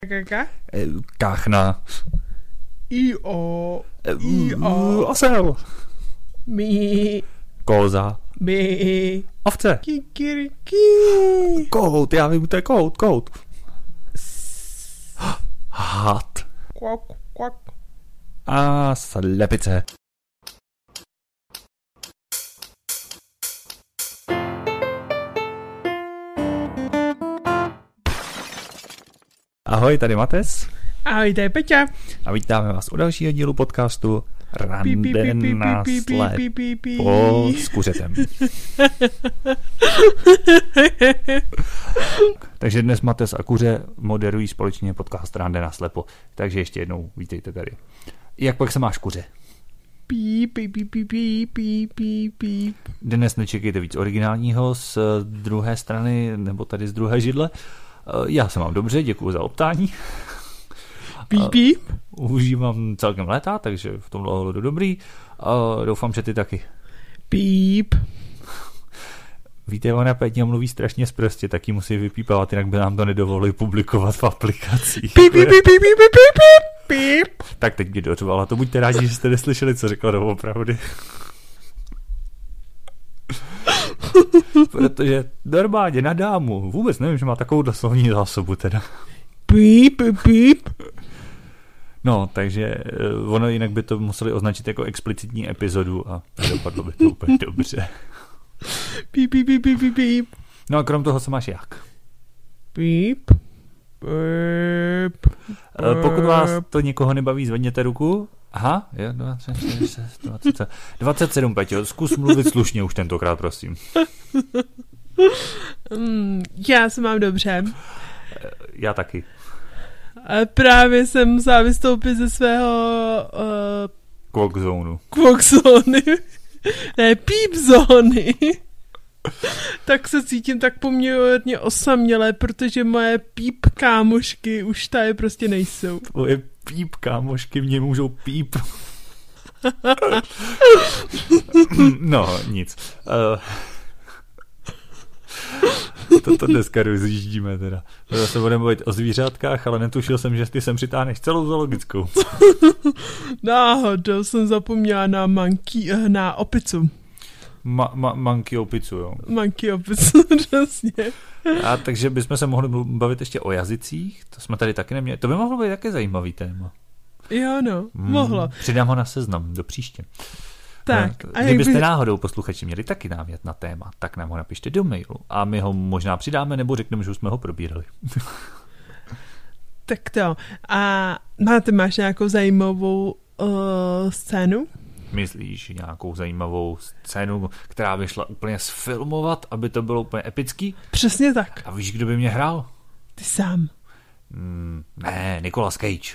Káchna. I-o. Osel. Mi. Koza. Mi. Ovce. Kikiriki. Kout, já vím, to je kout. Had. Kvak. A slepice. Ahoj, tady Mates. Ahoj, tady Peťa. A vítáme vás u dalšího dílu podcastu Rande na slepo s kuřetem. Takže dnes Mates a kuře moderují společně podcast Rande na slepo. Takže ještě jednou vítejte tady. Jak pak se máš, kuře? Píp. Dnes nečekejte víc originálního z druhé strany, nebo tady z druhé židle. Já se mám dobře, děkuji za optání. Píp. Užívám celkem léta, takže v tomhle ohledu dobrý. Doufám, že ty taky. Píp. Víte, ona Péťa mluví strašně sprostě, tak ji musí vypípávat, jinak by nám to nedovolili publikovat v aplikacích. Píp. Tak teď mě dořvala, to buďte rádi, že jste neslyšeli, co řekla doopravdy. Protože normálně na dámu, vůbec nevím, že má takovou doslovní zásobu teda. Píp. No, takže ono jinak by to museli označit jako explicitní epizodu a dopadlo by to úplně dobře. Píp. No a krom toho se máš jak? Píp. Pokud vás to někoho nebaví, zvedněte ruku. Aha, je 27, Peťo, zkus mluvit slušně už tentokrát, prosím. Já se mám dobře. Já taky. A právě jsem musela vystoupit ze svého Kvokzóny. Ne, pípzóny. Tak se cítím tak poměrně osamělé, protože moje píp kámošky už tady prostě nejsou. Tvoje píp kámošky mě můžou píp. No, nic. Toto dneska rozjíždíme teda. Zase budeme mluvit o zvířátkách, ale netušil jsem, že ty sem přitáhneš celou zoologickou. Náhodou jsem zapomněla na opicu. Monkey opicu, jo. Monkey opicu, přesně. A takže bychom se mohli bavit ještě o jazycích, to jsme tady taky neměli. To by mohlo být také zajímavý téma. Jo, no, mohlo. Přidám ho na seznam do příště. Tak. A kdybyste náhodou posluchači měli taky námět na téma, tak nám ho napište do mailu a my ho možná přidáme, nebo řekneme, že už jsme ho probírali. Tak to. A máš nějakou zajímavou scénu? Myslíš nějakou zajímavou scénu, která by šla úplně sfilmovat, aby to bylo úplně epický? Přesně tak. A víš, kdo by mě hrál? Ty sám. Ne, Nicolas Cage.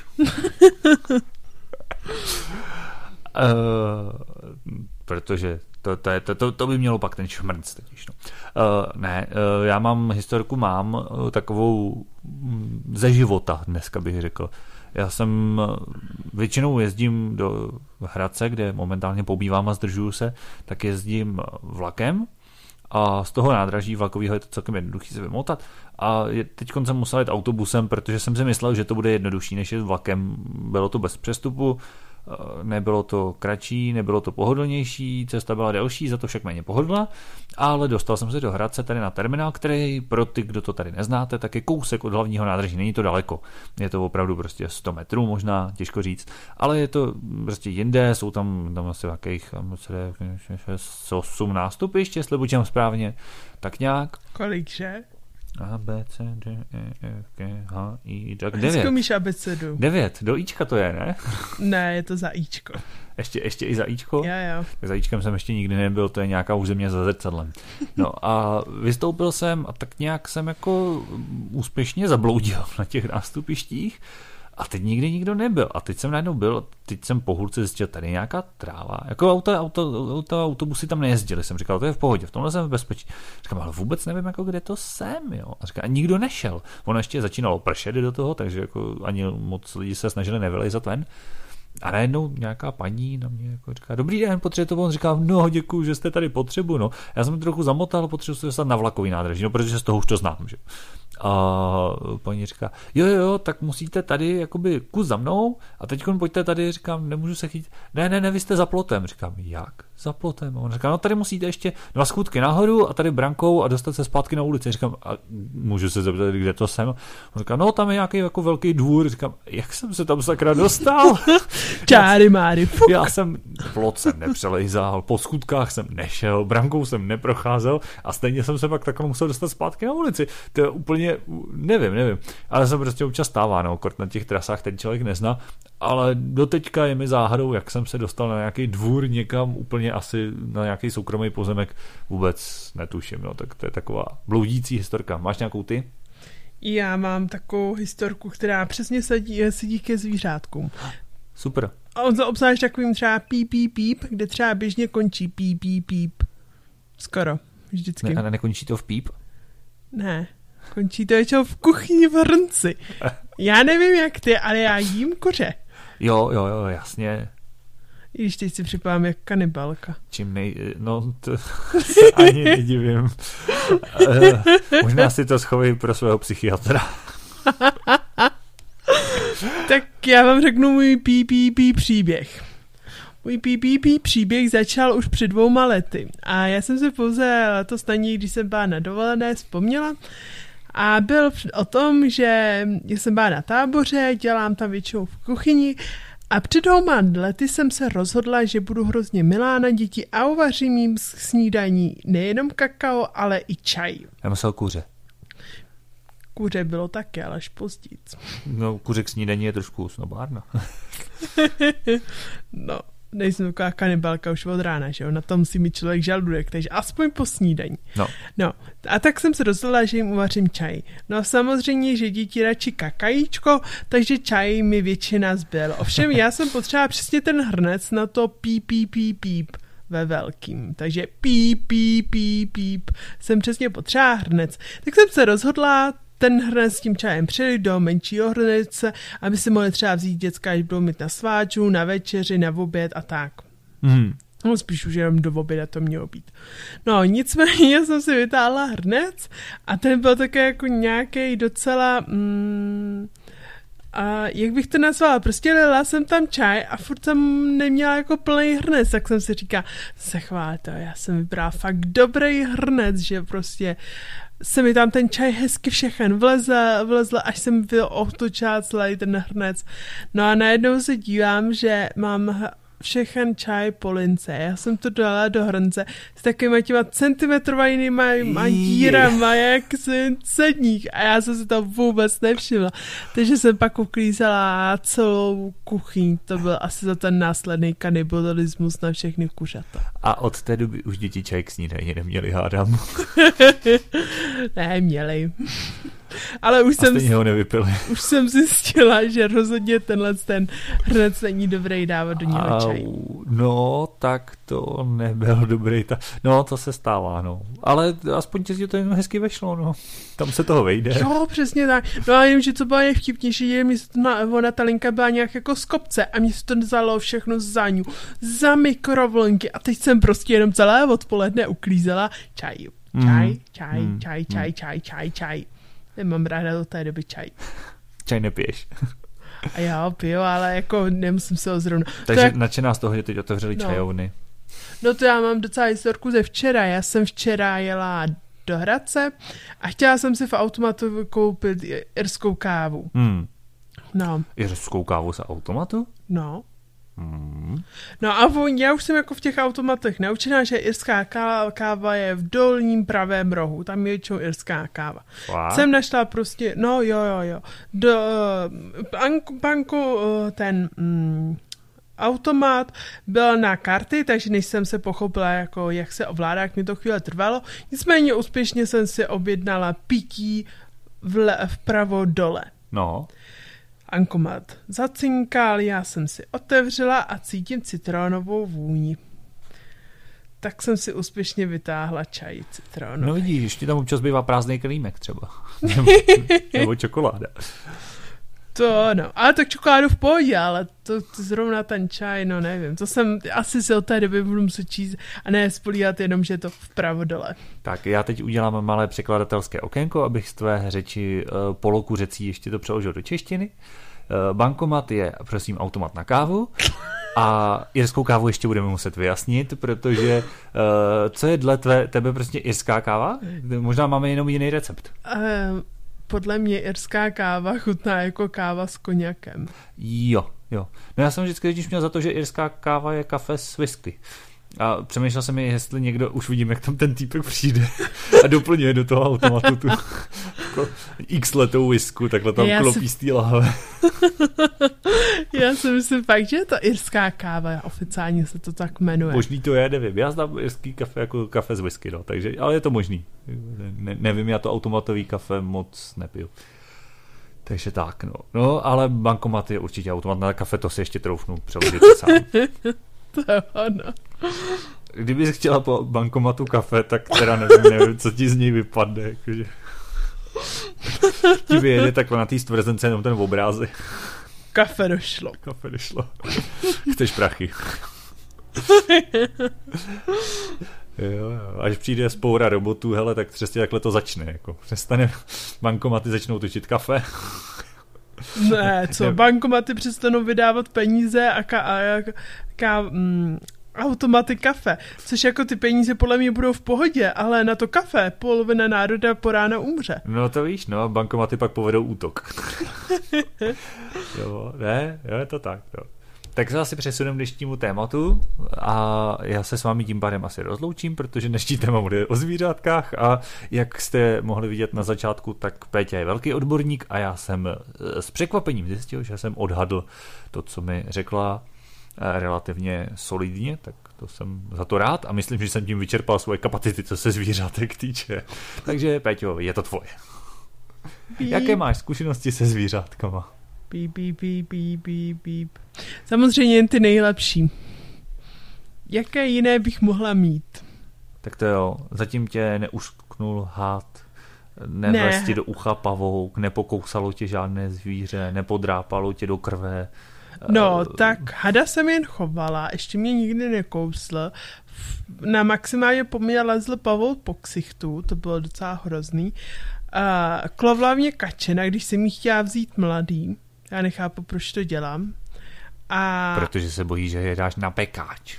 Protože to by mělo pak ten šmrnc totiž. No. Já mám historku, takovou ze života, dneska bych řekl. Já jsem většinou jezdím do Hradce, kde momentálně pobývám a zdržuju se, tak jezdím vlakem a z toho nádraží vlakového je to celkem jednoduchý se vymotat. A teď jsem musel jít autobusem, protože jsem si myslel, že to bude jednodušší než jít vlakem. Bylo to bez přestupu, nebylo to kratší, nebylo to pohodlnější, cesta byla delší, za to však méně pohodlná, ale dostal jsem se do Hradce tady na terminál, který pro ty, kdo to tady neznáte, tak je kousek od hlavního nádraží, není to daleko. Je to opravdu prostě 100 metrů možná, těžko říct, ale je to prostě jinde, jsou tam asi jakých 8 nástupišť, jestli buďám správně, tak nějak. Kolikže? A, B, C, D, E, F, G, H, I, tak 9. Zkumíš abecedu. 9, do Ička to je, ne? Ne, je to za Ičko. Ještě i za Ičko? Jo. Za Ičkem jsem ještě nikdy nebyl, to je nějaká už země za zrcadlem. No a vystoupil jsem a tak nějak jsem jako úspěšně zabloudil na těch nástupištích a teď nikdy nikdo nebyl. A teď jsem najednou byl, teď jsem po hůlce zjistil, tady nějaká tráva. Jako autobusy tam nejezdili, jsem říkal, to je v pohodě, v tomhle jsem v bezpečí. Říkám, ale vůbec nevím, jako kde to jsem, jo. A říkám, a nikdo nešel. Ono ještě začínalo pršet do toho, takže jako ani moc lidi se snažili nevylejzat ven. A najednou nějaká paní na mě jako říká, dobrý den, potřebujete to? On říká, no děkuju, že jste tady potřebu, no. Já jsem trochu zamotal, potřebuji se dostat na vlakový nádraží, no, protože z toho už to znám, že. A paní říká, jo, tak musíte tady jakoby kus za mnou a teď pojďte tady, říkám, nemůžu se chytit. Ne, vy jste za plotem. Říkám, jak? Za plotem? A on říká, no tady musíte ještě 2 schůdky nahoru a tady brankou a dostat se zpátky na ulici. Říkám, a můžu se zeptat, kde to jsem? On říká, no tam je nějaký jako velký dvůr. Říkám, jak jsem se tam sakra dostal? Čáry máry, fuk. Já jsem plot jsem nepřelejzal, po schůdkách jsem nešel, brankou jsem neprocházel a stejně jsem se pak takhle musel dostat zpátky na ulici. To je úplně, nevím, ale se prostě občas stává, no, kort na těch trasách, který člověk nezná, ale doteďka je mi záhadou, jak jsem se dostal na nějaký dvůr někam úplně asi na nějaký soukromý pozemek, vůbec netuším, no, tak to je taková bloudící historka. Máš nějakou ty? Já mám takovou historku, která přesně sedí ke zvířátkům. Super. A on se obzvlášť takovým třeba píp, kde třeba běžně končí píp. Skoro. Vždycky. Ne, a nekončí to v píp? Ne. Končí to většinou v kuchyni v hrnci. Já nevím jak ty, ale já jím kuře. Jo, jasně. I když teď si připadám jak kanibalka. No, to se ani nedivím. Možná si to schovej pro svého psychiatra. Tak já vám řeknu můj píp příběh. Můj píp příběh začal už před 2 lety. A já jsem si pouze letos na něj, když jsem byla na dovolené, vzpomněla. A byl o tom, že jsem byla na táboře, dělám tam většinou v kuchyni a před 2 lety jsem se rozhodla, že budu hrozně milá na děti a uvařím jim snídaní nejenom kakao, ale i čaj. Já myslel kuře. Kuře bylo taky, ale až později. No, kuře k snídaní je trošku snobárna. No, nejsem taková kanibalka už od rána, že jo? Na tom musí mít člověk žaludek, takže aspoň po snídaní. No, a tak jsem se rozhodla, že jim uvařím čaj. No samozřejmě, že děti radši kakajíčko, takže čaj mi většina zbyl. Ovšem já jsem potřebovala přesně ten hrnec na to píp ve velkým. Takže píp jsem přesně potřebovala hrnec. Tak jsem se rozhodla ten hrnec s tím čajem přijeli do menšího hrnce, aby si mohli třeba vzít děcka, až budou mít na sváču, na večeři, na oběd a tak. No spíš už jenom do oběda to mělo být. No nicméně jsem si vytáhla hrnec a ten byl také jako nějaký docela... a jak bych to nazvala, prostě lila jsem tam čaj a furt jsem neměla jako plný hrnec, tak jsem si říkala, se chválte, já jsem vybrala fakt dobrý hrnec, že prostě se mi tam ten čaj hezky všechen vlezl, až jsem otočila celý ten hrnec. No a najednou se dívám, že mám všechen čaj po lince. Já jsem to dala do hrnce s takovýma těma centimetrovými dírama, jak sedník. A já jsem si to vůbec nevšimla. Takže jsem pak uklízela celou kuchyň. To byl asi za ten následný kanibalismus na všechny kuřata. A od té doby už děti čaj k snídani neměli, hádám. Ne, měli. Ale už ho nevypili. Už jsem zjistila, že rozhodně ten hrnec není dobrý dávat do něho čaj. No, tak to nebyl dobrý. No, to se stává, no. Ale aspoň ti to jen hezky vešlo, no. Tam se toho vejde. Jo, přesně tak. No a jenom, že co bylo nejvtipnější, že mi se ona ta linka byla nějak jako z kopce a mě se to vzalo všechno za mikrovlnky a teď jsem prostě jenom celé odpoledne uklízela čaj. Nemám ráda do té doby čaj. Čaj nepiješ. A já piju, ale jako nemusím se ho zrovna. Takže nadšená z toho, že teď otevřeli čajovny. No to já mám docela historku ze včera. Já jsem včera jela do Hradce a chtěla jsem si v automatu koupit irskou kávu. No. Irskou kávu z automatu? No. No a já už jsem jako v těch automatech naučená, že irská káva je v dolním pravém rohu, tam je většinou irská káva. Jsem našla prostě, no jo, do banku ten automat byl na karty, takže než jsem se pochopila, jako jak se ovládá, jak mi to chvíle trvalo, nicméně úspěšně jsem si objednala pití vpravo dole. No. Bankomat zacinkal, já jsem si otevřela a cítím citronovou vůni. Tak jsem si úspěšně vytáhla čaj citronový. No vidíš, ještě tam občas bývá prázdnej kelímek třeba. Nebo čokoláda. To no, ale tak čokoládu v pohodě, ale to zrovna ten čaj, no nevím, to jsem asi si od té doby budu muset číst a ne spolíhat jenom, že je to vpravo dole. Tak já teď udělám malé překladatelské okénko, abych z tvé řeči polokuřecí ještě to přeložil do češtiny. Bankomat je, prosím, automat na kávu a irskou kávu ještě budeme muset vyjasnit, protože co je dle tebe prostě irská káva? Možná máme jenom jiný recept. Podle mě irská káva chutná jako káva s koněkem. Jo. No já jsem vždycky měl za to, že irská káva je kafe s whisky. A přemýšlel jsem, jestli někdo, už vidím, jak tam ten týpek přijde a doplňuje do toho automatu tu x letou whisku, takhle tam klopí z té lahve. Já si myslím fakt, že je to irská káva, oficiálně se to tak jmenuje. Možný to je, nevím. Já znám irský kafe jako kafe z whisky, no, takže, ale je to možný. Nevím, já to automatový kafe moc nepiju. Takže tak, no. No, ale bankomat je určitě automat na kafe, to si ještě troufnu přeložit sám. To ano. Kdybys chtěla po bankomatu kafe, tak teda nevím, co ti z něj vypadne. Jakože. Ti vyjede takhle na té stvrzence jenom ten obrázek. Kafe došlo. Chceš prachy. Jo. Až přijde spoura robotů, hele, tak přesně takhle to začne. Jako. Přestane, bankomaty začnou točit kafe. Ne, co? Bankomaty přestanou vydávat peníze a automaty kafe. Což jako ty peníze podle mě budou v pohodě, ale na to kafe polovina národa po ráno umře. No to víš, no, bankomaty pak povedou útok. Jo, je to tak, jo. Tak se asi přesuneme dnešnímu tématu a já se s vámi tím pádem asi rozloučím, protože dnešní téma bude o zvířátkách a jak jste mohli vidět na začátku, tak Péťa je velký odborník a já jsem s překvapením zjistil, že jsem odhadl to, co mi řekla relativně solidně, tak to jsem za to rád a myslím, že jsem tím vyčerpal svoje kapacity, co se zvířátek týče. Takže Péťo, je to tvoje. Jaké máš zkušenosti se zvířátkama? Bíp. Samozřejmě jen ty nejlepší. Jaké jiné bych mohla mít? Tak to jo, zatím tě neušknul had, nevlez ti do ucha pavouk, nepokousalo tě žádné zvíře, nepodrápalo tě do krve. No, tak hada jsem jen chovala, ještě mě nikdy nekousl. Na maximálně po mě lezl pavouk po ksichtu, to bylo docela hrozný. Klovla mě kačena, když jsem jí chtěla vzít mladý. Já nechápu, proč to dělám. Protože se bojí, že je dáš na pekáč.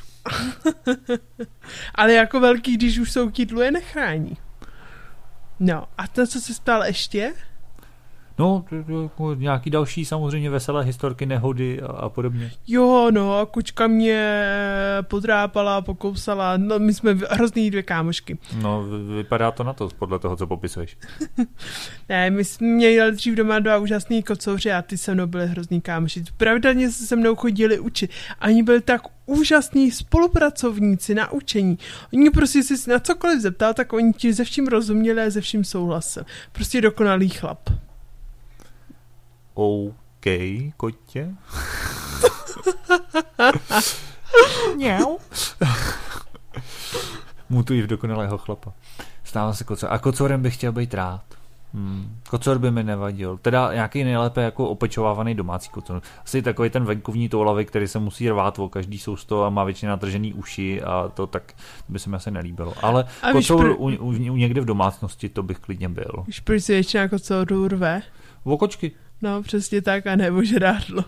Ale jako velký, když už jsou kýdlu, je nechrání. No, a to, co se stalo ještě? No, nějaký další samozřejmě veselé historky, nehody a podobně. Jo, no, kočka mě podrápala, pokousala, no my jsme hrozný 2 kámošky. No, vypadá to na to, podle toho, co popisuješ. Ne, my jsme měli dřív doma 2 úžasný kocouři a ty se mnou byli hrozný kámoši. Pravidelně se mnou chodili učit. Oni byli tak úžasní spolupracovníci na učení. Oni prostě si na cokoliv zeptal, tak oni ti ze vším rozuměli a ze vším souhlasili. Prostě dokonalý chlap. OK, kotě. Mňau. Mutuji v dokonalého chlapa. Stává se kocor. A kocorem bych chtěl být rád. Kocor by mi nevadil. Teda nějaký nejlépe jako opečovávaný domácí kocor. Asi takový ten venkovní toulavy, který se musí rvát o každý sousto a má většině natržený uši a to tak by se mi asi nelíbilo. Ale kocor u někde v domácnosti to bych klidně byl. Víš, proč se většina kocorů rve? O kočky. No, přesně tak a nebo žrádlo.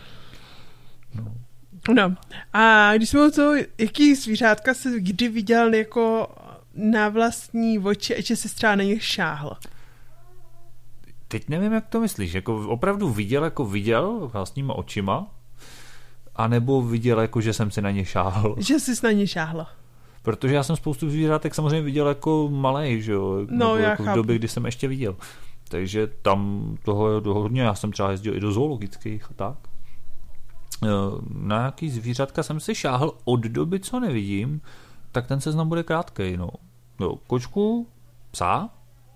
No. A když jsme to, jaký zvířátka se kdy viděl jako na vlastní oči, že se třeba na ně šáhl? Teď nevím, jak to myslíš. Jako opravdu viděl vlastníma očima, anebo viděl, jako že jsem si na ně šáhl? Že jsi na ně šáhla. Protože já jsem spoustu zvířátek samozřejmě viděl jako malej, že jo? No, já jako v době, kdy jsem ještě viděl. Takže tam toho hodně, já jsem třeba jezdil i do zoologických a tak. Na nějaký zvířatka jsem si šáhl od doby, co nevidím, tak ten seznam bude krátkej, no. Jo, kočku, psa.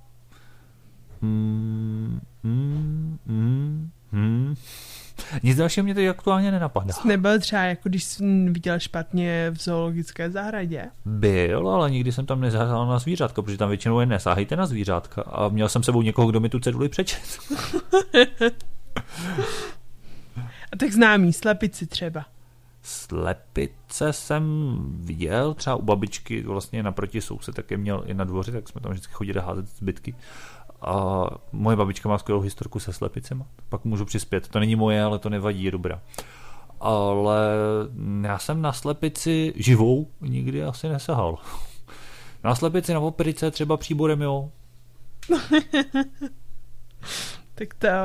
Nic dalšího mě teď aktuálně nenapadá. Nebyl třeba, jako když jsi viděl špatně v zoologické zahradě? Byl, ale nikdy jsem tam nezahal na zvířátka, protože tam většinou je nesáhejte na zvířátka a měl jsem sebou někoho, kdo mi tu ceduli přečet. A tak známý, slepici třeba. Slepice jsem viděl, třeba u babičky, vlastně naproti soused, tak je měl i na dvoře, tak jsme tam vždycky chodili házet zbytky. A moje babička má skvělou historku se slepicema, pak můžu přispět. To není moje, ale to nevadí, je dobrá. Ale já jsem na slepici živou nikdy asi nesahal. Na slepici na operice třeba příborem, jo. Tak to...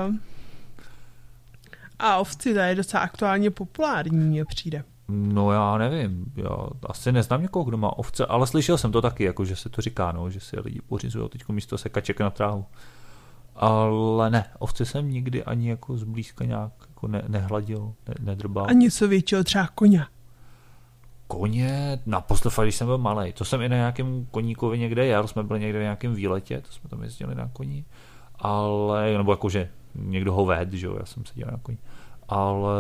A ovci, to je docela aktuálně populární, mně přijde. No já nevím, já asi neznám někoho, kdo má ovce, ale slyšel jsem to taky, jako že se to říká, no, že si lidi pořizují teď místo sekaček na trávu. Ale ne, ovce jsem nikdy ani jako zblízka nějak jako nehladil, nedrbal. A něco většího, třeba koně. Koně, naposled, když jsem byl malej, to jsem i na nějakém koníkovi někde jel, jsme byli někde na nějakém výletě, to jsme tam jezdili na koni, ale, nebo jakože někdo ho ved, že jo, já jsem seděl na koni, ale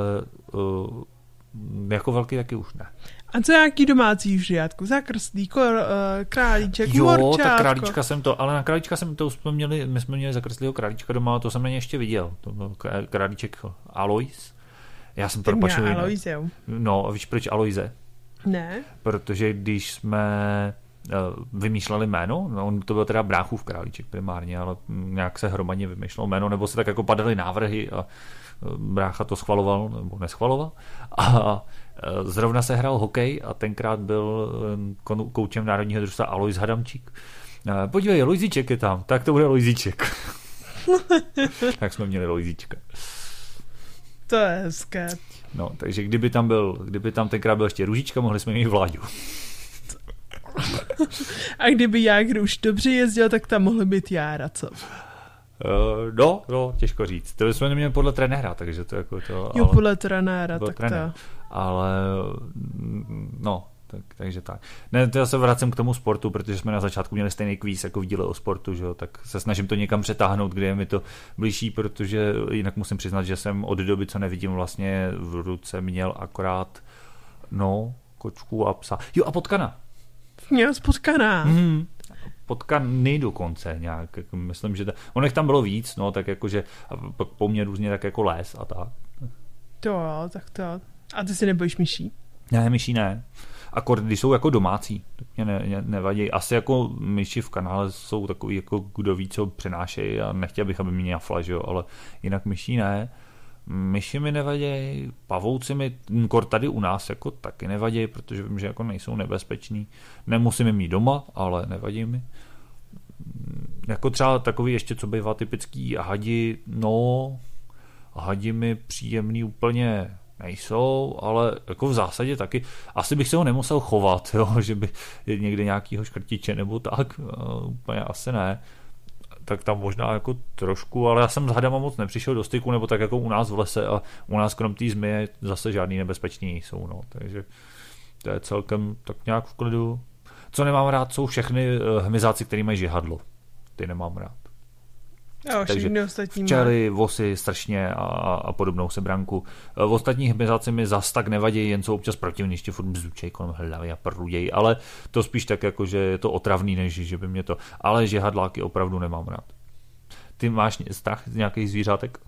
jako velký taky už ne. A co nějaký domácí žijátku? Zakrslík, králíček, jo, morčátko. Jo, tak králíčka jsem to, ale na králíčka my jsme měli zakrslýho králíčka doma, to jsem na ně ještě viděl, to byl králíček Alois. Já jsem to dopačil. No, a víš proč Aloise? Ne. Protože když jsme vymýšleli jméno, no, to byl teda bráchův králíček primárně, ale nějak se hromadně vymýšlelo jméno, nebo se tak jako padaly návrhy a brácha to schvaloval nebo neschvaloval. A zrovna se hrál hokej a tenkrát byl koučem národního družstva Alois Hadamčík. Podívej, Lojzíček je tam, tak to bude Lojzíček. Tak jsme měli Lojzíčka. To je hezké. No, takže kdyby tam tenkrát byl ještě Růžička, mohli jsme mít Vláďu. A kdyby Jágr už dobře jezdil, tak tam mohly být Jára, co? No, těžko říct. To jsme neměli podle trenéra, takže to jako to... Jo, ale, podle trenéra, tak trenér. To. Ale, no, takže tak. Ne, to já se vracím k tomu sportu, protože jsme na začátku měli stejný kvíz jako v díle o sportu, že jo, tak se snažím to někam přetáhnout, kde je mi to blížší, protože jinak musím přiznat, že jsem od doby, co nevidím, vlastně v ruce měl akorát, kočku a psa. Jo, a potkana. Měl potkaná. Potkany dokonce nějak, jako myslím, že onech tam bylo víc, no, tak jakože po mně různě tak jako les a tak. To jo, tak to. A ty si nebojíš myší? Ne, myší ne. Akord, když jsou jako domácí, tak mě nevadí. Asi jako myši v kanále jsou takový, jako kdo ví, co přenášejí a nechtěl bych, aby mě jafla, že jo, ale jinak myší ne. Myši mi nevadí, pavouci mi tady u nás jako taky nevadí, protože vím, že jako nejsou nebezpeční. Nemusím je mít doma, ale nevadí mi. Jako třeba takový ještě, co bývá typický hadi, hadi mi příjemný úplně nejsou, ale jako v zásadě taky. Asi bych se ho nemusel chovat, jo, že by někde nějakýho škrtiče nebo tak, úplně asi ne. Tak tam možná jako trošku, ale já jsem s hadama moc nepřišel do styku, nebo tak jako u nás v lese a u nás krom té zmije zase žádný nebezpečný nejsou, no, takže to je celkem tak nějak v klidu. Co nemám rád, jsou všechny hmyzáci, který mají žihadlo. Ty nemám rád. Jo, takže včely, vosy, strašně a podobnou sebranku. V ostatních hmyzáci mi zas tak nevadí, jen jsou občas protivní, ještě furt bzučej kolem hlavy a pruděj, ale to spíš tak jako, že je to otravný, než že by mě to... Ale žihadláky opravdu nemám rád. Ty máš strach z nějakých zvířátek?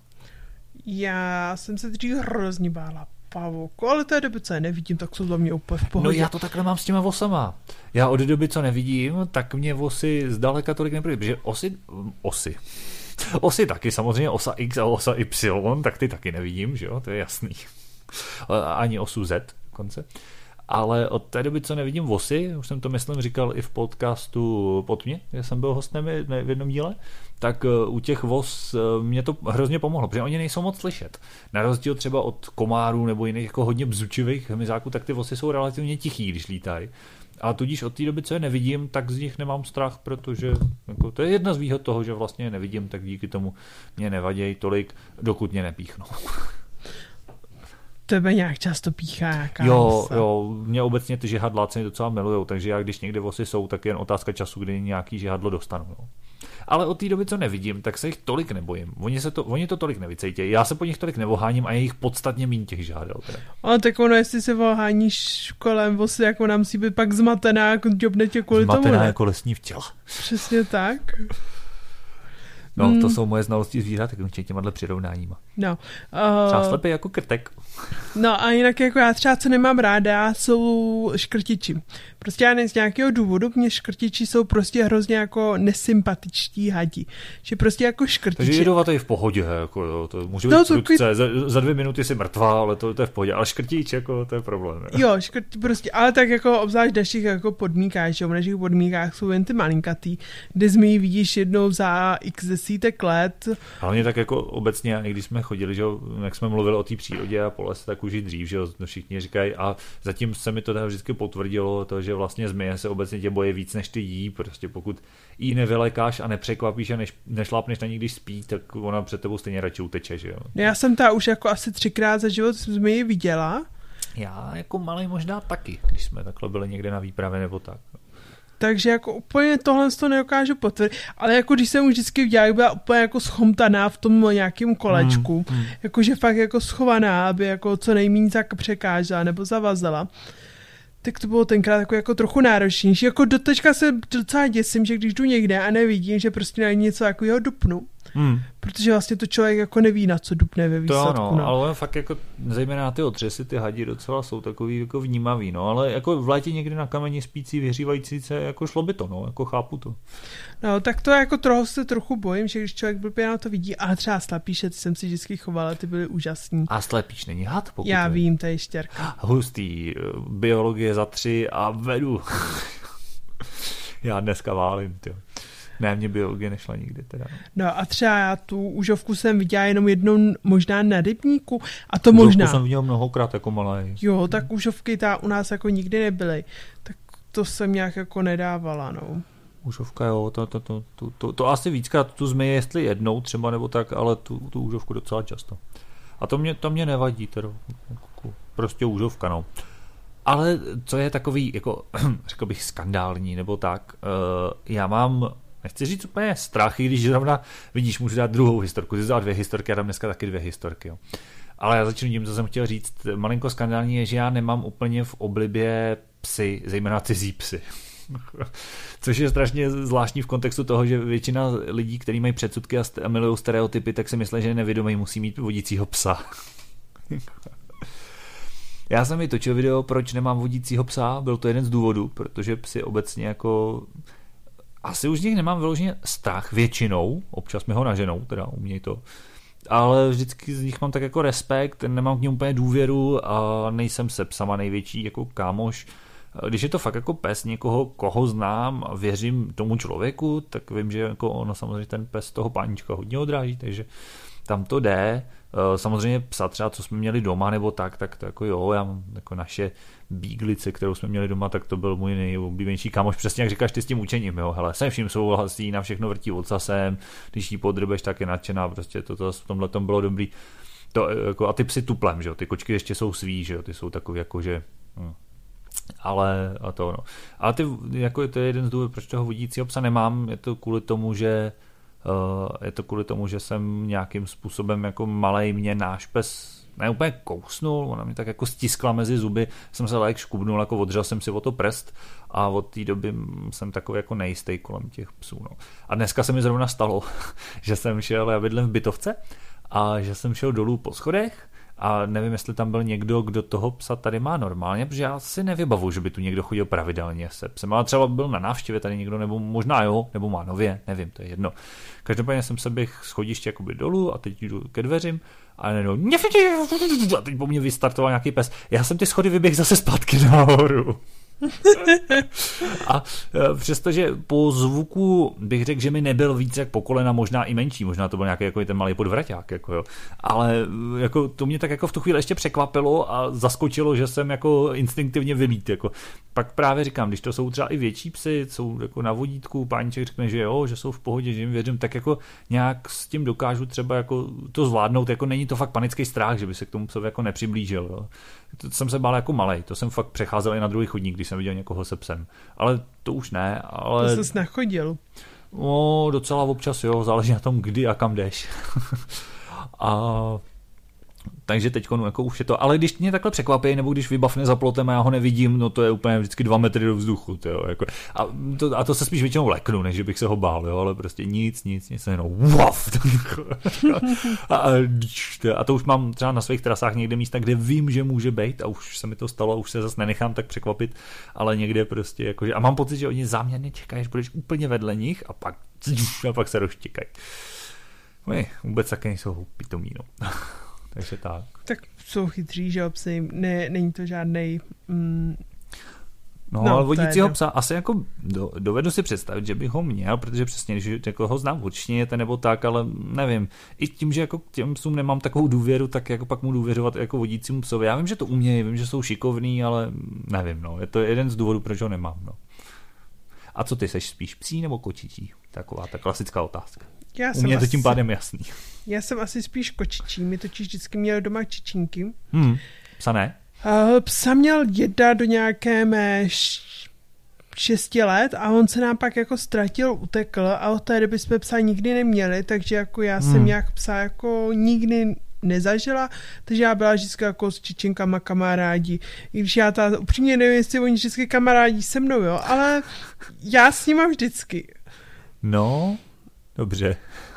Já jsem se dřív hrozně bála pavouku, ale té doby, co je nevidím, tak jsou za mě úplně v pohodě. No já to takhle mám s těma vosama. Já od doby, co nevidím, tak mě vosy zdaleka tolik neprojde, protože osy taky, samozřejmě osa X a osa Y, tak ty taky nevidím, že jo, to je jasný. Ani osu Z dokonce. Ale od té doby, co nevidím vosy, už jsem to myslím říkal i v podcastu Pod mě, kde jsem byl hostem v jednom díle, tak u těch vos mě to hrozně pomohlo, protože oni nejsou moc slyšet. Na rozdíl třeba od komárů nebo jiných jako hodně bzučivých hmyzáků, tak ty vosy jsou relativně tichý, když lítají. A tudíž od té doby, co je nevidím, tak z nich nemám strach, protože jako, to je jedna z výhod toho, že vlastně je nevidím, tak díky tomu mě nevadějí tolik, dokud mě nepíchnou. Tebe nějak často píchá nějaká Jo, mě obecně ty žihadláci mě docela milujou, takže já když někde vosy jsou, tak je jen otázka času, kdy nějaký žihadlo dostanu. Jo. Ale od té doby, co nevidím, tak se jich tolik nebojím. Oni to tolik nevycejtějí. Já se po nich tolik nevoháním a je jich podstatně méně těch žihadel. Ale tak ono, jestli se voháníš kolem vosy, jako nám musí být pak zmatená, jako džobne tě kvůli tomu. Zmatená jako lesní včela. Přesně tak. No, to jsou moje znalosti zvířat, tak těma přirovnáníma. No. Třeba slepý jako krtek. No a jinak jako já třeba, co nemám ráda, jsou škrtiči. Prostě já z nějakého důvodu, mě škrtiči jsou prostě hrozně jako nesympatičtí hadi. Že prostě jako škrtiči. Takže jedovatý v pohodě, jako jo, to může být prudce, za 2 minuty si mrtvá, ale to je v pohodě, ale škrtič, jako to je problém. Jo, prostě, ale tak jako obzvlášť v našich jako podmínkách, že v našich podmínkách jsou jen ty malinkatý, kde jsme ji vidíš jednou za x desítek let. Hlavně tak jako obecně, i když jsme chodili, že jak jsme mluvili o té přírodě a po lese, tak už i dřív, že všichni říkají, a zatím se mi to tak vždycky potvrdilo, to, že vlastně zmije se obecně tě boje víc než ty jí, prostě pokud jí nevylekáš a nepřekvapíš a nešlápneš na ní, když spí, tak ona před tebou stejně radši uteče, že jo. Já jsem ta už jako asi 3krát za život zmiji viděla. Já jako malej možná taky, když jsme takhle byli někde na výpravě nebo tak. Takže jako úplně tohle to nedokážu potvrdit, ale jako když jsem už vždycky viděla, byla úplně jako schomtaná v tom nějakém kolečku, jakože fakt jako schovaná, aby jako co nejméně překážela nebo zavazala. Tak to bylo tenkrát jako trochu náročnější. Jako doteďka se docela děsím, že když jdu někde a nevidím, že prostě na něco takového dupnu. Protože vlastně to člověk jako neví, na co dupne ve výsledku. To no, ale fakt jako zejména na ty otřesy, ty hadi docela jsou takový jako vnímavý, no, ale jako v létě někdy na kameni spící, vyhřívající se, jako šlo by to, no, jako chápu to. No, tak to jako trochu bojím, že když člověk blbě na to vidí, ale třeba slepíše, ty jsem si vždycky chovala, ty byly úžasní. A slepíš není had, pokud já vím, to je štěrka. Hustý, biologie za 3 a vedu. Já dneska válím, tyjo. Ne, mě biologie nešla nikdy teda. No a třeba já tu užovku jsem viděla jenom jednou možná na rybníku a to užovku možná. Jsem viděl mnohokrát jako malej. Jo, tak užovky u nás jako nikdy nebyly. Tak to jsem nějak jako nedávala, no. Užovka jo, to asi víckrát tu zmije, jestli jednou třeba nebo tak, ale tu užovku docela často. A to mě nevadí teda. Prostě užovka, no. Ale co je takový, jako řekl bych skandální nebo tak, já mám, nechci říct úplně strach, i když zrovna, vidíš, můžu dát druhou historku, ty dát 2 historky, já dám dneska taky 2 historky, jo. Ale já začnu tím, co jsem chtěl říct. Malinko skandální je, že já nemám úplně v oblibě psy, zejména cizí psy. Což je strašně zvláštní v kontextu toho, že většina lidí, kteří mají předsudky a milují stereotypy, tak si myslí, že nevědomý musí mít vodícího psa. Já jsem mi točil video, proč nemám vodícího psa, byl to jeden z důvodů, protože psy obecně jako asi už z nich nemám vyloženě strach většinou, občas mi ho naženou, teda uměj to, ale vždycky z nich mám tak jako respekt, nemám k němu úplně důvěru a nejsem se psama největší jako kámoš. Když je to fakt jako pes někoho, koho znám a věřím tomu člověku, tak vím, že jako ono samozřejmě ten pes toho pánička hodně odráží, takže tam to jde. Samozřejmě psa třeba, co jsme měli doma nebo tak to jako jo, já mám jako naše bíglice, kterou jsme měli doma, tak to byl můj nejoblíbenější kámoš, přesně jak říkáš ty s tím učením, jo, hele, se vším souhlasí, na všechno vrtí ocasem, když jí podrbeš, tak je nadšená, prostě to v tomhle tom bylo dobrý. To, jako, a ty psy tuplem, že jo, ty kočky ještě jsou svý, že jo, ty jsou takový jako, že ale a to no. Ale ty, jako to je jeden z důvodů, proč toho vodícího psa nemám, je to kvůli tomu, že jsem nějakým způsobem jako malej mě náš pes ne úplně kousnul, ona mě tak jako stiskla mezi zuby, jsem se like škubnul, jako odřel jsem si o to prst a od té doby jsem takový jako nejistý kolem těch psů. No. A dneska se mi zrovna stalo, že jsem šel, já bydlím v bytovce a že jsem šel dolů po schodech a nevím, jestli tam byl někdo, kdo toho psa tady má normálně, protože já si nevybavuju, že by tu někdo chodil pravidelně se psem, ale třeba byl na návštěvě tady někdo, nebo možná jo, nebo má nově, nevím, to je jedno. Každopádně jsem se běh schodiště jakoby dolů a teď jdu ke dveřím a najednou a teď po mně vystartoval nějaký pes. Já jsem ty schody vyběhl zase zpátky nahoru. A přestože po zvuku bych řekl, že mi nebyl víc jak po kolena, možná i menší, možná to byl nějaký jako ten malý podvraťák, jako jo. Ale jako to mě tak jako v tu chvíli ještě překvapilo a zaskočilo, že jsem jako instinktivně vylít, jako. Pak právě říkám, když to jsou třeba i větší psy, jsou jako na vodítku, páníček řekne, že jo, že jsou v pohodě, že jim věřím, tak jako nějak s tím dokážu třeba jako to zvládnout, jako není to fakt panický strach, že by se k tomu psovi jako nepřiblížil, jo. To jsem se bál jako malej, to jsem fakt přecházel i na druhý chodník, když jsem viděl někoho se psem. Ale to už ne, ale... To jsi nachodil. No, docela občas, jo, záleží na tom, kdy a kam jdeš. takže teď jako už je to, ale když mě takhle překvapí, nebo když vybavne za plotem a já ho nevidím, no to je úplně vždycky 2 metry do vzduchu, tyjo, jako. A to se spíš většinou leknu, než bych se ho bál, jo, ale prostě nic, jenom waf, a to už mám třeba na svých trasách někde místa, kde vím, že může být a už se mi to stalo a už se zase nenechám tak překvapit, ale někde prostě jakože, a mám pocit, že oni záměrně čekají, že budeš úplně vedle nich a pak se rozčekají. Vůbec taky nejsou pitomí, no. Takže tak. Tak jsou chytří, že psy, není to žádnej... No, ale vodícího psa asi jako dovedu si představit, že bych ho měl, protože přesně, když jako ho znám určitě nebo tak, ale nevím. I tím, že jako k těm psům nemám takovou důvěru, tak jako pak mu důvěřovat jako vodícímu psovi. Já vím, že to umějí, vím, že jsou šikovný, ale nevím, no. Je to jeden z důvodů, proč ho nemám, no. A co ty, seš spíš psí nebo kočičí? Taková ta klasická otázka. U mě je to tím pádem jasný. Já jsem asi spíš kočičí, my totiž vždycky měli doma čičinky. Psa ne? Psa měl Děda do nějaké mé 6 let a on se nám pak jako ztratil, utekl a od té doby jsme psa nikdy neměli, takže jako já jsem nějak psa jako nikdy nezažila, takže já byla vždycky jako s čičinkama kamarádi. I když já upřímně nevím, jestli oni vždycky kamarádí se mnou, jo, ale já s nima vždycky. No, dobře.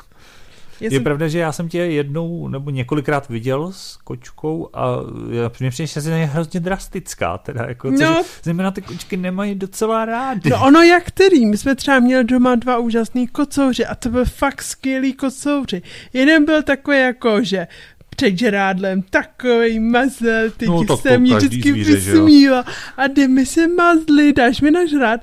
Je pravda, že já jsem tě jednou nebo několikrát viděl s kočkou a mě přijde, že je hrozně drastická, teda jako, zejména ty kočky nemají docela rády. No ono jak který, my jsme třeba měli doma 2 úžasný kocouři a to byl fakt skvělý kocouři. Jeden byl takový jako, že před žrádlem, takovej mazel, teď se mě vždycky vysmíla a jdeme se mazli, dáš mi nažrát,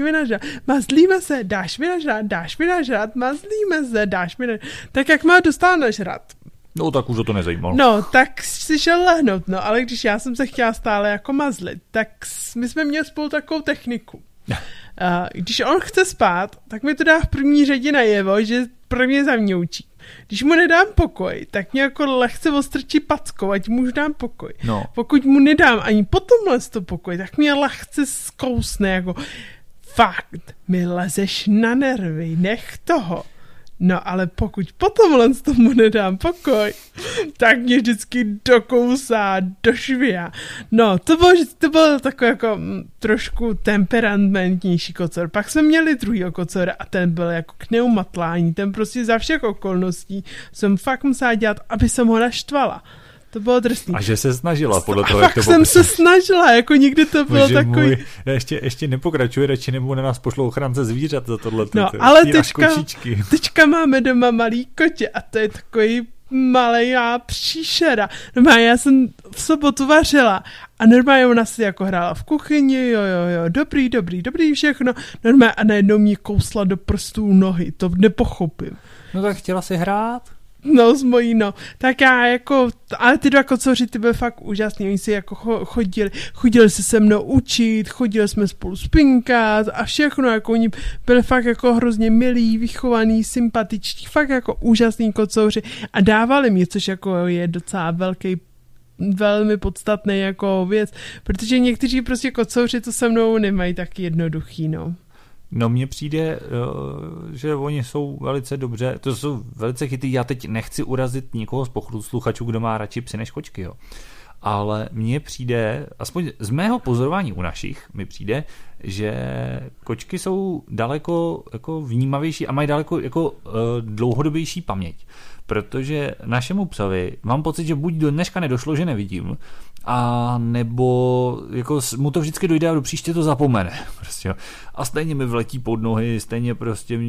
mazlíme se, dáš mi nažrát, mazlíme se, dáš mi nažrát, tak jak má dostala nažrát. No tak už to nezajímalo. No, tak si šel lehnout, no, ale když já jsem se chtěla stále jako mazlit, tak my jsme měli spolu takovou techniku. Když on chce spát, tak mi to dá v první řadě najevo, že prvně zamňoučí. Když mu nedám pokoj, tak mě jako lehce ostrčí packou, ať mu už dám pokoj. No. Pokud mu nedám ani po tomhle pokoj, tak mě lehce zkousne, jako fakt, mi lezeš na nervy, nech toho. No ale pokud po tomhle tomu nedám pokoj, tak mě vždycky dokousá, došvihá. No, to bylo takový jako trošku temperamentnější kocor. Pak jsme měli druhýho kocora a ten byl jako k neumatlání. Ten prostě za všech okolností jsem fakt musela dělat, aby jsem ho naštvala. To bylo drsný. A že se snažila podle toho, jak to jsem se snažila, jako nikdy to bylo Bože takový... Můj, ještě nepokračuje, radši nebo na nás pošlou ochránce zvířat za tohleto. No, ale teďka máme doma malý kotě a to je takový malá příšera. Normálně já jsem v sobotu vařila a normálně ona si jako hrála v kuchyni, jo, dobrý všechno. Normálně a najednou mě kousla do prstů nohy, to nepochopím. No tak chtěla si hrát? No, s mojí, no. Tak já jako, ale ty 2 kocoři, ty byly fakt úžasný, oni si jako chodili se mnou učit, chodili jsme spolu spinkat a všechno, jako oni byli fakt jako hrozně milí, vychovaný, sympatiční, fakt jako úžasný kocoři a dávali mě, což jako je docela velmi podstatný jako věc, protože někteří prostě kocouři to se mnou nemají tak jednoduchý, no. No mně přijde, že oni jsou velice dobře, to jsou velice chytrý, já teď nechci urazit nikoho z posluchačů, kdo má radši psy než kočky, jo. Ale mně přijde, aspoň z mého pozorování u našich, mi přijde, že kočky jsou daleko jako vnímavější a mají daleko jako dlouhodobější paměť. Protože našemu psovi mám pocit, že buď do dneška nedošlo, že nevidím, a nebo jako mu to vždycky dojde a do příště to zapomene. Prostě. A stejně mi vletí pod nohy, stejně prostě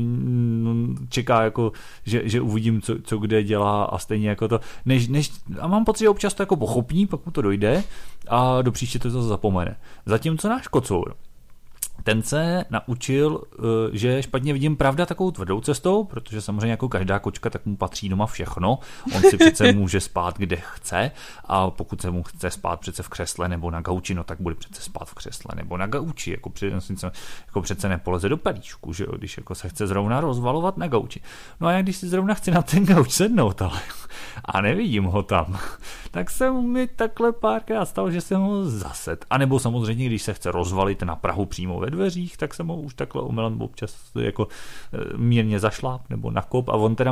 čeká, jako, že uvidím, co kde dělá a stejně jako to. A mám pocit, že občas to jako pochopní, pak mu to dojde a do příště to zapomene. Zatímco náš kocour, ten se naučil, že špatně vidím, pravda, takovou tvrdou cestou, protože samozřejmě jako každá kočka, tak mu patří doma všechno. On si přece může spát, kde chce, a pokud se mu chce spát přece v křesle nebo na gauči, no tak bude přece spát v křesle nebo na gauči, jako přece nepoleze do pelíšku, že jo, když jako se chce zrovna rozvalovat na gauči. No a já když si zrovna chci na ten gauč sednout, ale a nevidím ho tam, tak se mi takhle párkrát stalo, že jsem ho zased. A nebo samozřejmě, když se chce rozvalit na prahu přímo ve ve dveřích, tak jsem ho už takhle omylem občas jako mírně zašláp nebo nakop a on teda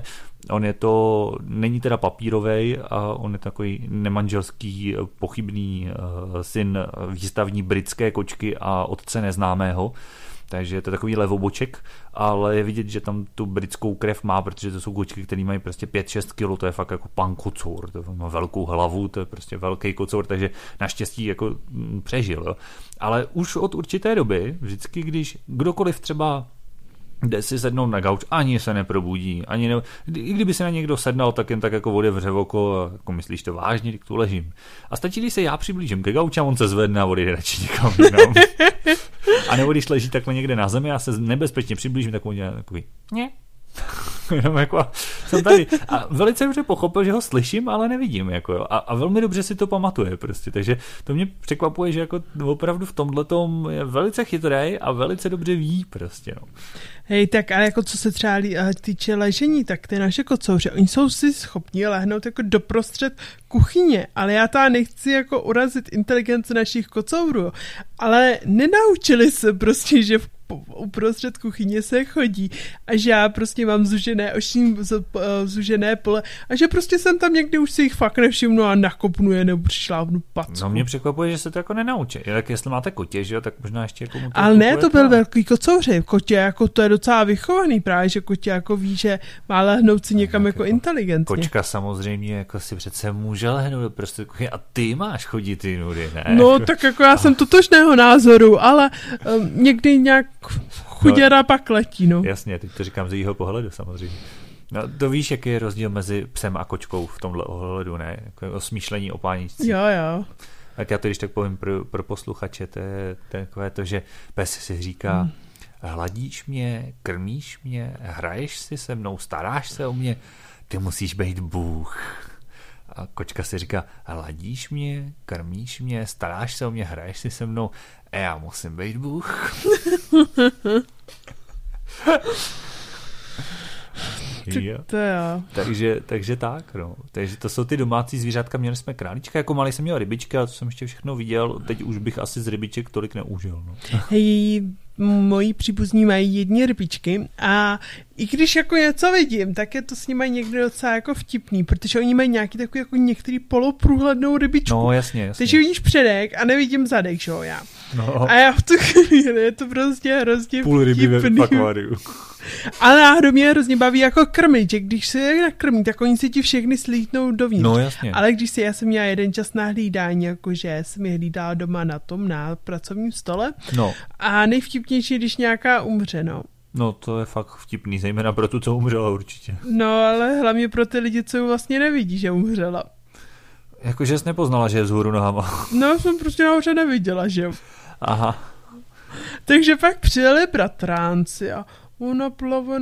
není teda papírovej a on je takový nemanželský pochybný syn výstavní britské kočky a otce neznámého. Takže to je takový levoboček, ale je vidět, že tam tu britskou krev má, protože to jsou kočky, které mají prostě 5-6 kg, to je fakt jako pan kocour, to má velkou hlavu, to je prostě velký kocour, takže naštěstí jako přežil. Jo. Ale už od určité doby, vždycky, když kdokoliv třeba jde si sednout na gauč, ani se neprobudí, i kdyby se na někdo sednal, tak jen tak jako odevře oko a jako myslíš to vážně, tak tu ležím. A stačí, když se já přiblížím ke gauči a on se zvedne a odejde radši někam jinam. A nebo když leží takhle někde na zemi a se nebezpečně přiblížím, tak on dělá takový jenom jako jsem tady. A velice dobře pochopil, že ho slyším, ale nevidím. Jako jo. A velmi dobře si to pamatuje prostě. Takže to mě překvapuje, že jako opravdu v tomhletom je velice chytrý a velice dobře ví prostě. No. Hej, tak ale jako co se třeba týče ležení, tak ty naše kocouře, oni jsou si schopni lehnout jako doprostřed kuchyně, ale já tady nechci jako urazit inteligenci našich kocourů, ale nenaučili se prostě, že uprostřed kuchyně se chodí a že já prostě mám zužené pole a že prostě jsem tam někdy už si jich fakt nevšimnu a nakopnu je nebo přišlápnu packu. No mě překvapuje, že se to jako nenaučí. Tak jestli máte kotě, že jo, tak možná ještě jako mu to ale ne, to byl velký kocouři. Kotě jako to je docela vychovaný právě, že kotě jako ví, že má lehnout si někam jako inteligentně. Kočka samozřejmě jako si přece může lehnout prostě kuchyně a ty máš chodit ty nudy, ne? No tak jako já jsem totožného názoru, ale někdy nějak chuděra pak letí, no. Jasně, teď to říkám z jejího pohledu samozřejmě. No, to víš, jaký je rozdíl mezi psem a kočkou v tomhle ohledu, ne? Jako o smýšlení o páničce. Jo. Tak já to když tak povím pro posluchače, to je takové to, že pes si říká, hladíš mě, krmíš mě, hraješ si se mnou, staráš se o mě, ty musíš být Bůh. A kočka si říká, hladíš mě, krmíš mě, staráš se o mě, hraješ si se mnou, a já musím být Bůh. Takže tak, no. Takže to jsou ty domácí zvířátka, měli jsme králíčka, jako malý jsem měl rybičky, a to jsem ještě všechno viděl, teď už bych asi z rybiček tolik neužil. No. Hej, moji příbuzní mají jedny rybičky a i když jako něco vidím, tak je to s nimi někdy docela jako vtipný, protože oni mají nějaký takový jako některý poloprůhlednou rybičku. No jasně. Takže vidíš předek a nevidím zadek, že jo, já. No. A já v tu chvíli je to prostě hrozně půl ryby v akváriu. Ale náhodou mě hrozně baví jako krmit, že když se je nakrmí, tak oni si ti všechny slítnou dovnitř. No jasně. Ale já jsem měla jeden čas na hlídání, jakože jsem je hlídala doma na pracovním stole. No. A nejvtipnější, když nějaká umře, no. No to je fakt vtipný, zejména pro tu, co umřela určitě. No ale hlavně pro ty lidi, co ji vlastně nevidí, že umřela. Jakože jsi nepoznala, že je vzhůru nohama. No jsem prostě nahoře neviděla, že jo. Aha. Takže pak přijeli bratránci a ona plave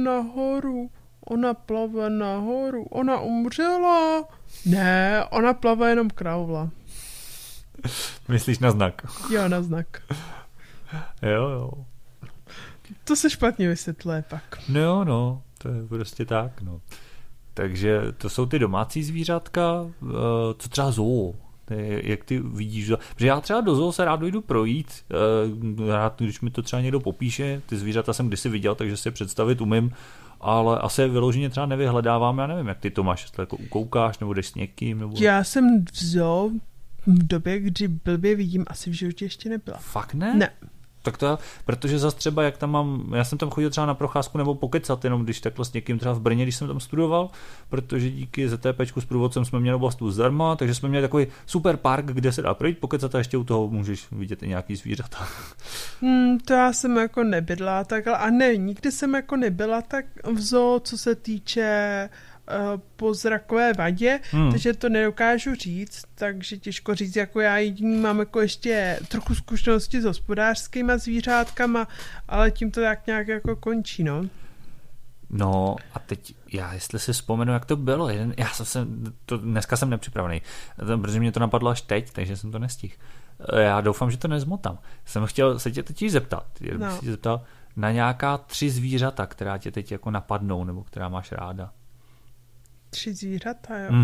nahoru, ona umřela. Ne, ona plave jenom kravla. Myslíš na znak? Jo, na znak. Jo. To se špatně vysvětluje pak. No, to je prostě tak, no. Takže to jsou ty domácí zvířátka, co třeba zoo. Jak ty vidíš, že já třeba do zoo se rád dojdu projít, rád, když mi to třeba někdo popíše, ty zvířata jsem kdysi viděl, takže si je představit umím, ale asi je vyloženě třeba nevyhledávám, já nevím, jak ty to máš, jestli jako ukoukáš, nebo jdeš s někým, nebo... Já jsem v zoo v době, kdy blbě vidím, asi v životě ještě nebyla. Fakt ne? Ne. Tak to, protože zase třeba, jak tam mám, já jsem tam chodil třeba na procházku nebo pokecat, jenom když takhle s někým třeba v Brně, když jsem tam studoval, protože díky ZTPčku s průvodcem jsme měli oblast zdarma, takže jsme měli takový super park, kde se dá projít pokecat a ještě u toho můžeš vidět i nějaký zvířata. To já jsem jako nebydla takhle, a ne, nikdy jsem jako nebyla tak v zoo, co se týče po zrakové vadě, takže to nedokážu říct, takže těžko říct, jako já jediný mám jako ještě trochu zkušenosti s hospodářskýma zvířátkama, ale tím to tak nějak jako končí, no. No a teď já, jestli si vzpomenu, jak to bylo, dneska jsem nepřipravený, protože mě to napadlo až teď, takže jsem to nestihl. Já doufám, že to nezmotám. Jsem chtěl se tě teď zeptat, na nějaká 3 zvířata, která tě teď jako napadnou, nebo která máš ráda. 3 zvířata, jo?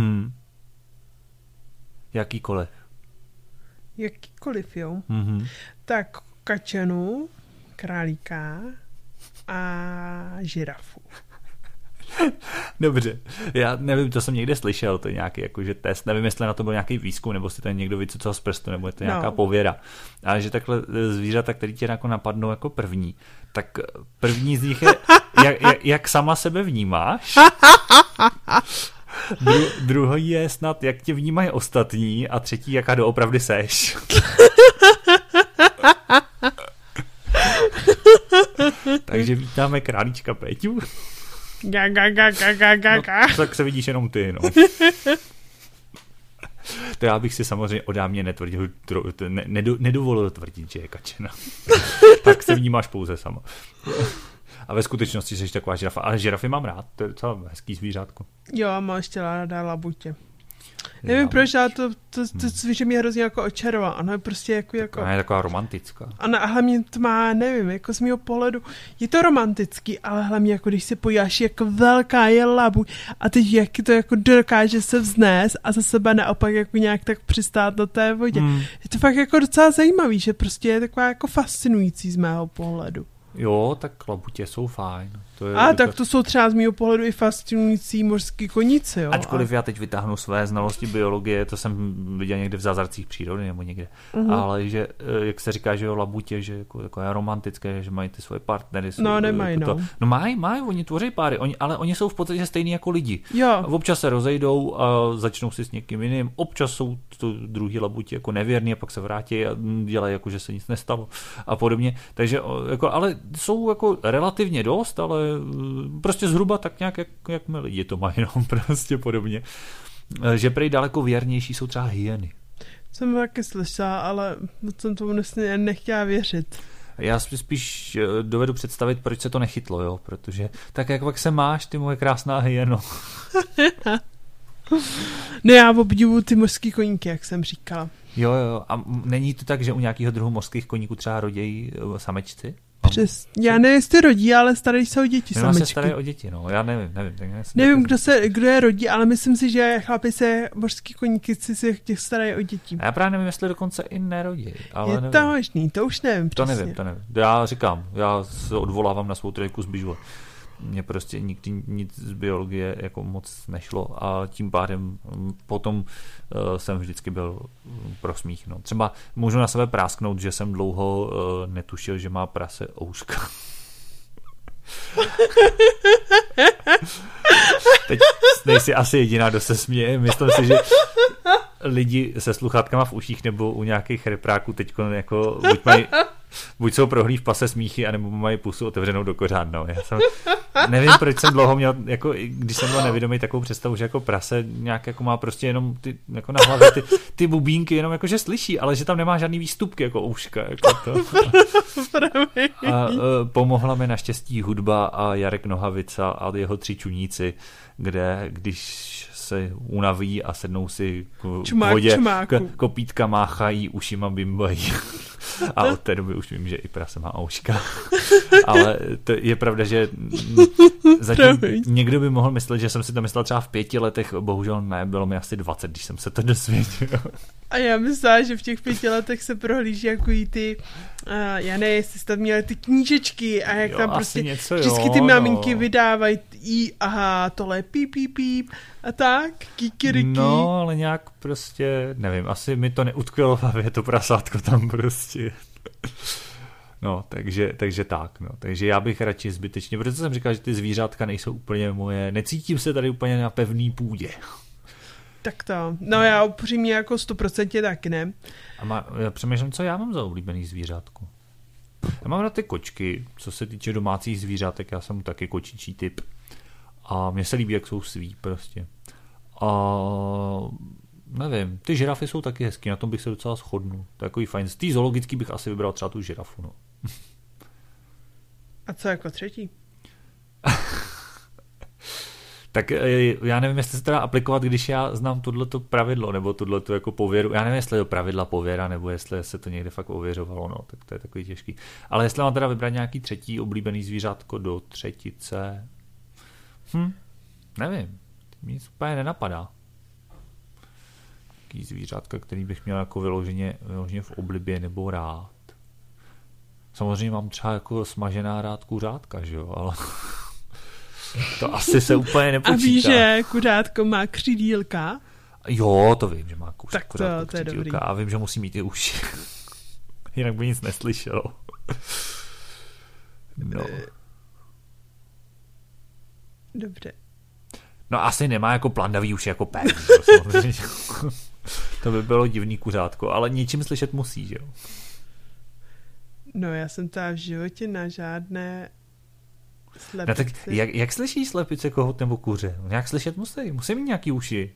Jakýkoliv, jo? Mm-hmm. Tak kačenu, králíka a žirafu. Dobře, já nevím, to jsem někde slyšel, to je nějaký jakože test, nevím, jestli na to byl nějaký výzkum, nebo si ten někdo vycucal z prstu, nebo je to nějaká pověra. Ale že takhle zvířata, který tě jako napadnou jako první, tak první z nich je, jak sama sebe vnímáš, druhý je snad, jak tě vnímají ostatní a třetí, jaká doopravdy seš. Takže vítáme králíčka Péťu. No, tak se vidíš jenom ty, no. To já bych si samozřejmě ode mě netvrdil, nedovolil tvrdit, že je kačena. Tak se vnímáš pouze sama. A ve skutečnosti jsi taková žirafa. Ale žirafy mám rád, to je docela hezký zvířátko. Jo, a mám ještě ráda labutě. Nevím proč, ale to zvíře mě hrozně jako očarovala. Ono je prostě jako... Ona je taková romantická. A hlavně to má, nevím, jako z mého pohledu, je to romantický, ale hlavně jako když si podíváš, jak velká je labuť a teď jak to jako dokáže se vznést a za sebe naopak jako nějak tak přistát do té vodě. Je to fakt jako docela zajímavý, že prostě je taková jako fascinující z mého pohledu. Jo, tak labutě jsou fajn. Tak to jsou třeba z mého pohledu i fascinující mořský koníci, jo. Ačkoliv já teď vytáhnu své znalosti biologie, to jsem viděl někde v Zázracích přírody nebo někde, ale že, jak se říká, že jo, labutě, že jako takové romantické, že mají ty svoje partnery. No, nemají, no. No mají, oni tvoří páry, ale oni jsou v podstatě stejný jako lidi. Jo. Občas se rozejdou a začnou si s někým jiným, občas jsou to druhý labutě jako nevěrný a pak se vrátí a dělají jako, že se nic nestalo a podobně. Takže jako, ale jsou jako relativně dost, ale prostě zhruba tak nějak, jak my lidi to mají, no, prostě podobně. Že prej daleko věrnější jsou třeba hyeny. Jsem taky slyšela, ale jsem tomu nechtěla věřit. Já si spíš dovedu představit, proč se to nechytlo, jo, protože tak jak pak se máš, ty moje krásná hyeno. Ne, já obdivuju ty mořský koníky, jak jsem říkala. Jo, a není to tak, že u nějakého druhu mořských koníků třeba rodějí samečci? Já nevím, jestli rodí, ale starají se o děti samečky. Se starají o děti, no, já nevím. Nevím, kdo je rodí, ale myslím si, že chlapi se, mořský koníky si těch starají o děti. A já právě nevím, jestli dokonce i nerodí. Ale je nevím. To možný, to už nevím přesně. To nevím. Já říkám, já se odvolávám na svou trojku z bižule. Mně prostě nikdy nic z biologie jako moc nešlo a tím pádem potom jsem vždycky byl pro smích. No. Třeba můžu na sebe prásknout, že jsem dlouho netušil, že má prase ouška. Teď nejsi asi jediná, kdo se směje. Myslím si, že lidi se sluchátkama v uších nebo u nějakých repráků teď jako buď jsou prohlí v pase smíchy, anebo mají pusu otevřenou do kořán. Já nevím, proč jsem dlouho měl, jako, když jsem byl nevědomý, takovou představu, že jako prase nějak jako má prostě jenom ty, jako na hlavě ty bubínky, jenom jako, že slyší, ale že tam nemá žádný výstupky, jako ouška. Jako to. A pomohla mi naštěstí hudba a Jarek Nohavica a jeho 3 čuníci, kde když se unaví a sednou si k vodě, kopítka máchají, ušima bimbají. A od té doby už vím, že i prase má ouška. Ale to je pravda, že zatím někdo by mohl myslet, že jsem si to myslel třeba v 5 letech, bohužel ne, bylo mi asi 20, když jsem se to dozvěděl. A já myslela, že v těch 5 letech se prohlíží jako ty, já ne, jestli jste měli ty knížečky a jak jo, tam prostě něco, vždycky ty maminky vydávají aha, tohle je píp a tak, kikiriky. No, ale nějak prostě, nevím, asi mi to neutkvělo v hlavě, to prasátko tam prostě. No, takže tak, no. Takže já bych radši zbytečně, protože jsem říkal, že ty zvířátka nejsou úplně moje, necítím se tady úplně na pevný půdě. Tak to, no já upřímně jako 100% taky ne. Já přemýšlím, co já mám za oblíbený zvířátko. Já mám rád ty kočky, co se týče domácích zvířátek, já jsem taky kočičí typ. A mně se líbí, jak jsou svý prostě. A nevím, ty žirafy jsou taky hezký, na tom bych se docela shodnul. To je takový fajn. Z té zoologický bych asi vybral třeba tu žirafu, no. A co jako třetí? Tak já nevím, jestli se teda aplikovat, když já znám tohleto pravidlo, nebo tohleto jako pověru. Já nevím, jestli je to pravidla pověra, nebo jestli se to někde fakt ověřovalo, no, tak to je takový těžký. Ale jestli mám teda vybrat nějaký třetí oblíbený zvířátko do třetice, nevím, nic úplně nenapadá. Jaký zvířátka, který bych měl jako vyloženě v oblibě nebo rád. samozřejmě mám třeba jako smažená rád kuřátka, že jo, ale to asi se úplně nepočítá. A víš, že kuřátko má křidílka? Jo, to vím, že má tak kuřátko to je dobrý. A vím, že musí mít i uši. Jinak by nic neslyšelo. No. Dobře. No asi nemá jako plandavý uši jako pes. To by bylo divný kuřátko, ale ničím slyšet musí, že jo? No já jsem teda v životě na žádné slepici. No tak jak slyší slepice, kohout nebo kuře? Nějak slyšet musí mít nějaký uši.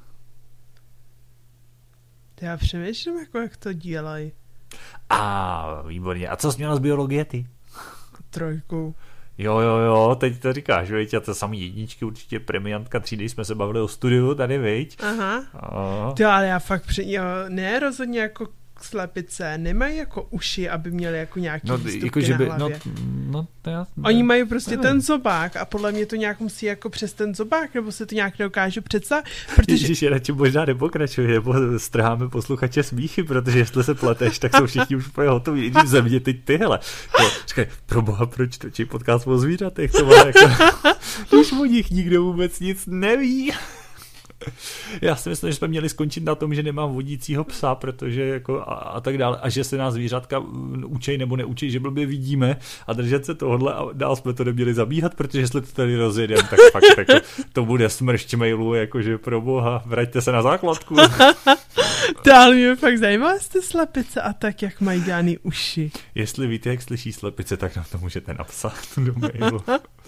Já přemýšlím, jako jak to dělají. Výborně. A co jsi měla z biologie ty? 3. Jo, teď to říkáš, viď? A to samý jedničky, určitě premiantka třídy, jsme se bavili o studiu tady, viď? Aha. To, ale já fakt ne, rozhodně jako slepice, nemají jako uši, aby měli jako nějaký výstupky jako, že by, na hlavě. Oni mají prostě ten zobák a podle mě to nějak musí jako přes ten zobák, nebo se to nějak nedokážu představit, protože... Ježiš, já radši možná nepokračuji, nebo strháme posluchače smíchy, protože jestli se pleteš, tak jsou všichni už úplně hotoví, i v země, teď tyhle. Říkaj, proboha, proč točí podcast o zvířatech, to má jako... Už o nich nikdo vůbec nic neví. Já si myslím, že jsme měli skončit na tom, že nemám vodícího psa, protože jako a tak dále, a že se nás zvířátka učej nebo neučí, že blbě vidíme a držet se tohodle a dál jsme to neměli zabíhat, protože jestli to tady rozjedem, tak fakt jako, to bude smršť mailu, jakože pro boha, vraťte se na základku. Dál mě fakt zajímá, jestli slepice a tak, jak mají dělaný uši. Jestli víte, jak slyší slepice, tak nám to můžete napsat do mailu.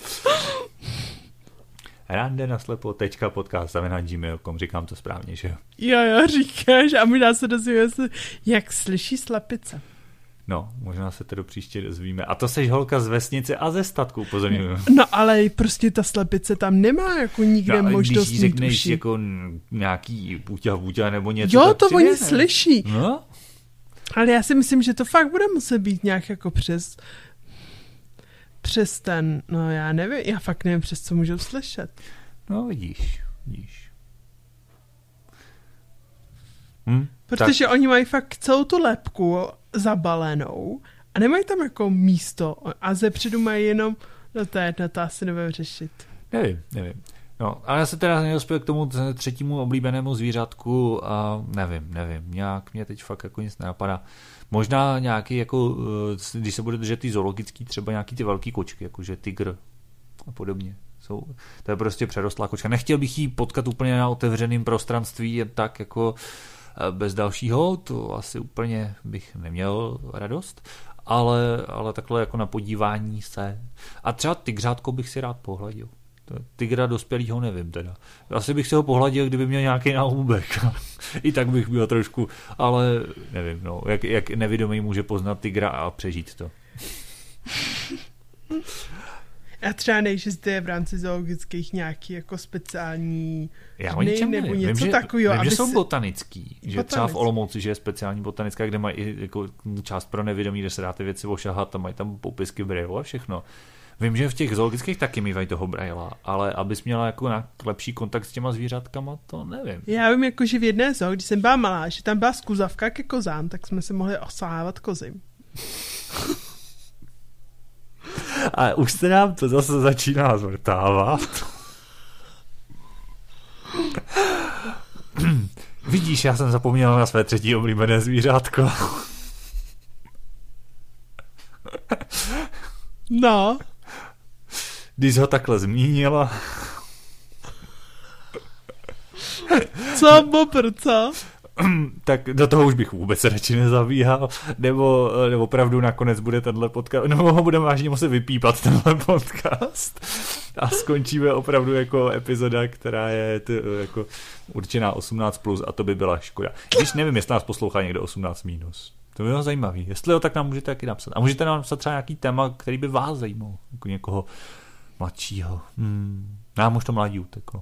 randenaslepo.podcast@gmail.com, říkám to správně, že jo? Jo, říkáš a možná se dozvíme, jak slyší slepice. No, možná se to příště dozvíme. A to seš holka z vesnice a ze statku, upozorňuju. No, ale prostě ta slepice tam nemá jako nikde možnost mít řekneš uši. jako nějaký půťa nebo něco. Jo, to oni slyší. No? Ale já si myslím, že to fakt bude muset být nějak jako přes ten, no já nevím, já fakt nevím, přes co můžou slyšet. No vidíš. Protože tak. Oni mají fakt celou tu lebku zabalenou a nemají tam jako místo a zepředu mají jenom, no to je jedno, to asi nebudeme řešit. Nevím. No, ale já se teda nedospěl k tomu třetímu oblíbenému zvířátku a nevím, nějak mě teď fakt jako nic nenapadá. Možná nějaký jako, když se bude držet ty zoologický, třeba nějaký ty velký kočky, jakože tygr a podobně. To je prostě přerostlá kočka. Nechtěl bych jí potkat úplně na otevřeném prostranství, jen tak jako bez dalšího, to asi úplně bych neměl radost, ale takhle jako na podívání se. A třeba tygřátko bych si rád pohladil. Tygra dospělýho nevím teda. Asi bych si ho pohladil, kdyby měl nějaký náhubek. I tak bych byl trošku, ale nevím, no, jak nevědomý může poznat tygra a přežít to. Já třeba nejsi zde v rámci zoologických nějaký jako speciální dny nebo něco takového. Vím, že jsou botanický. Že třeba v Olomouci, že je speciální botanická, kde mají jako část pro nevědomí, kde se dáte věci ošahat a mají tam popisky brailu a všechno. Vím, že v těch zoologických taky mývají toho braila, ale abys měla jako lepší kontakt s těma zvířátkama, to nevím. Já vím, jako, že v jedné zoo, když jsem byla malá, že tam byla skuzavka ke kozám, tak jsme se mohli osávat kozy. A už se nám to zase začíná zvrtávat. Vidíš, já jsem zapomněl na své třetí oblíbené zvířátko. No. Když ho takhle zmínila. Co, bobr, co? Tak do toho už bych vůbec radši nezabíhal, nebo opravdu nakonec bude tenhle podcast, nebo ho budeme vážně muset vypípat tenhle podcast a skončíme opravdu jako epizoda, která je jako určená 18+, a to by byla škoda. Když nevím, jestli nás poslouchá někdo 18-. To by bylo zajímavý. Jestli ho, tak nám můžete taky napsat. A můžete nám napsat třeba nějaký téma, který by vás zajímal, jako někoho mladšího. Nám už to mladí uteklo.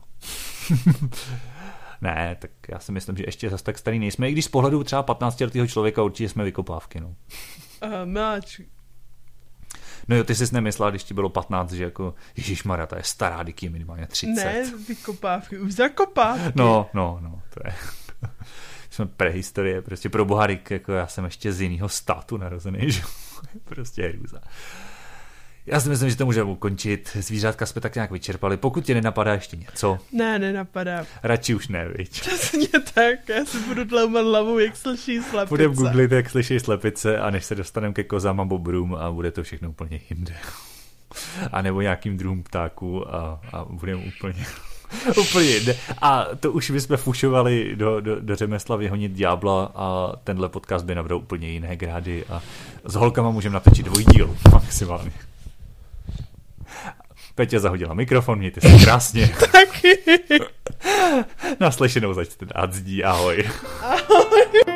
Ne, tak já si myslím, že ještě zase tak starý nejsme, i když z pohledu třeba 15letého člověka určitě jsme vykopávky, no. Máč. No jo, ty jsi nemyslela, když ti bylo 15, že jako ježišmarja, ta je stará, díky minimálně 30. Ne, vykopávky, už zakopávky. No, to je... Jsme prehistorie, prostě pro boha, jako já jsem ještě z jiného státu narozený, že? Prostě hrůza. Já si myslím, že to můžeme ukončit. Zvířátka jsme tak nějak vyčerpali. Pokud tě nenapadá ještě něco. Ne, nenapadá. Radši už ne, viď. Přesně tak, já si budu dloumat hlavou, jak slyší slepice. Budeme googlit, jak slyší slepice a než se dostaneme ke kozám a bobrům a bude to všechno úplně jinde. A nebo nějakým druhům ptáků a budeme úplně jinde. A to už bychom fušovali do řemesla vyhonit ďábla a tenhle podcast by nabral úplně jiné grády a s holkama můžeme natočit dvojdíl maximálně. Peťa zahodila mikrofon, mějte se krásně. Taky. Naslyšenou, začte dát zdí, ahoj. Ahoj.